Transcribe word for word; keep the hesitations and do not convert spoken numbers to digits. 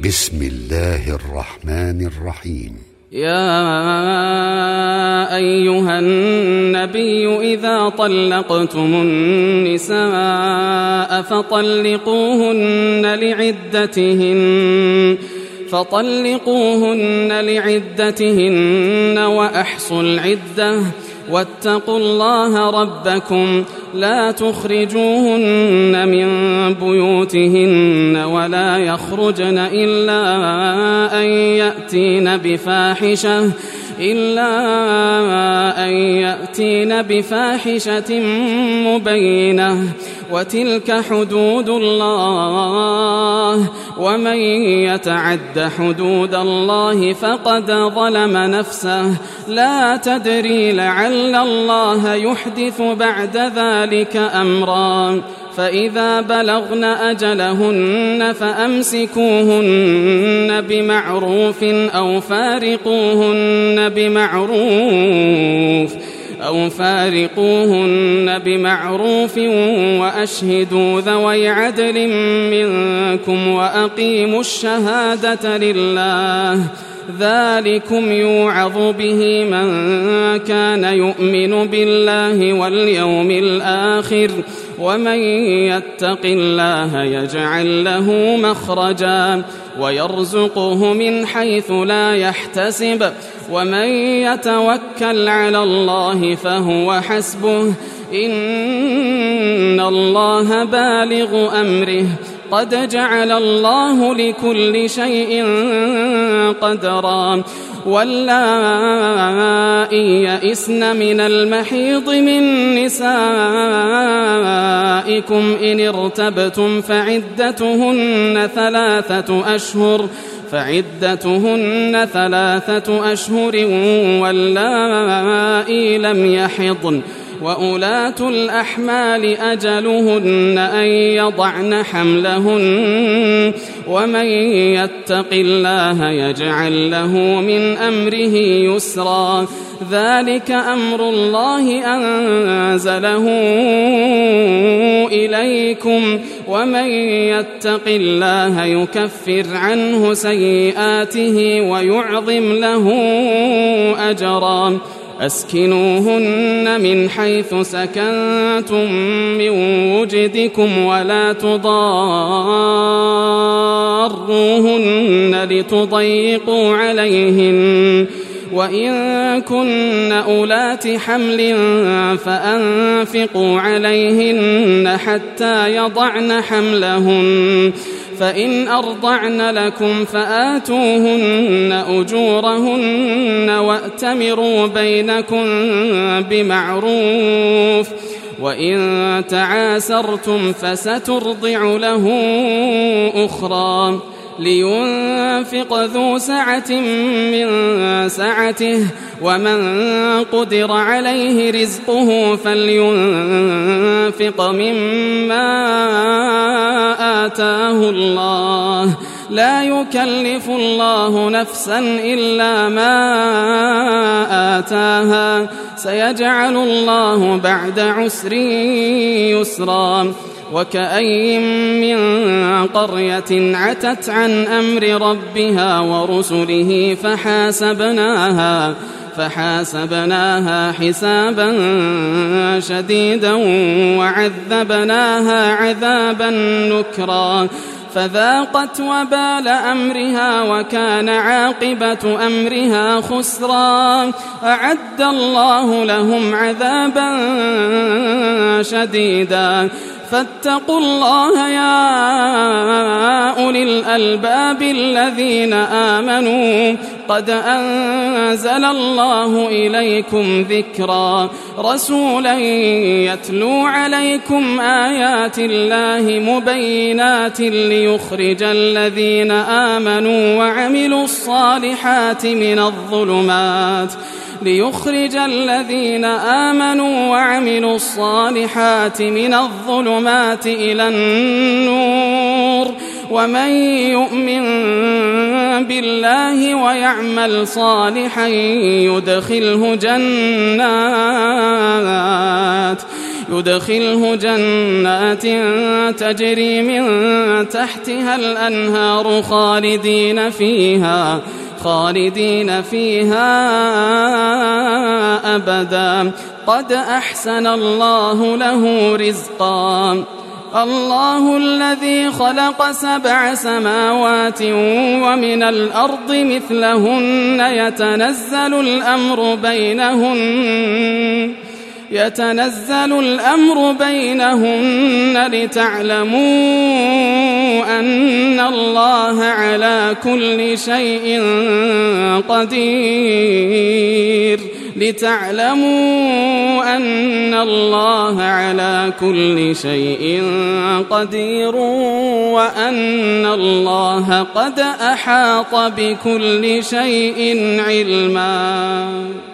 بسم الله الرحمن الرحيم. يا أيها النبي إذا طلقتم النساء فطلقوهن لعدتهن فطلقوهن لعدتهن وأحصوا العدة واتقوا الله ربكم لا تخرجوهن من بيوتهن ولا يخرجن إلا أن يأتين بفاحشة إلا أن يأتين بفاحشة مبينة وتلك حدود الله ومن يتعد حدود الله فقد ظلم نفسه لا تدري لعل الله يحدث بعد ذلك أمرا فإذا بلغن أجلهن فأمسكوهن بمعروف أو فارقوهن بمعروف أو فارقوهن بمعروف وأشهدوا ذوي عدل منكم وأقيموا الشهادة لله ذلكم يوعظ به من كان يؤمن بالله واليوم الآخر ومن يتق الله يجعل له مخرجا ويرزقه من حيث لا يحتسب ومن يتوكل على الله فهو حسبه إن الله بالغ أمره قد جعل الله لكل شيء قدرا واللائي يئسن من المحيض من نسائكم إن ارتبتم فعدتهن ثلاثة أشهر فعدتهن ثلاثة أشهر واللائي لم يحضن وأولاة الأحمال أجلهن أن يضعن حملهن ومن يتق الله يجعل له من أمره يسرا ذلك أمر الله أنزله إليكم ومن يتق الله يكفر عنه سيئاته ويعظم له أجرا أسكنوهن من حيث سكنتم من وجدكم ولا تضاروهن لتضيقوا عليهن وإن كن أولات حمل فأنفقوا عليهن حتى يضعن حملهن فإن أرضعن لكم فآتوهن أجورهن وأتمروا بينكم بمعروف وإن تعاسرتم فسترضع له أخرى لينفق ذو سعة من سعته ومن قدر عليه رزقه فلينفق مما آتاه الله لا يكلف الله نفسا إلا ما آتاها سيجعل الله بعد عسر يسرا وكأي من قرية عتت عن أمر ربها ورسله فحاسبناها فحاسبناها حسابا شديدا وعذبناها عذابا نكرا فذاقت وبال أمرها وكان عاقبة أمرها خسرا أعد الله لهم عذابا شديدا فاتقوا الله يا أولي الألباب الذين آمنوا قد أنزل الله إليكم ذكرا رسولا يتلو عليكم آيات الله مبينات ليخرج الذين آمنوا وعملوا الصالحات من الظلمات ليخرج الذين آمنوا وعملوا الصالحات من الظلمات إلى النور ومن يؤمن بالله ويعمل صالحا يدخله جنات يدخله جنات تجري من تحتها الأنهار خالدين فيها خالدين فيها أبدا قد أحسن الله له رزقا الله الذي خلق سبع سماوات ومن الأرض مثلهن يتنزل الأمر بينهن يتنزل الأمر بينهن لتعلموا أن الله على كل شيء قدير لتعلموا أن الله على كل شيء قدير وأن الله قد أحاط بكل شيء علما.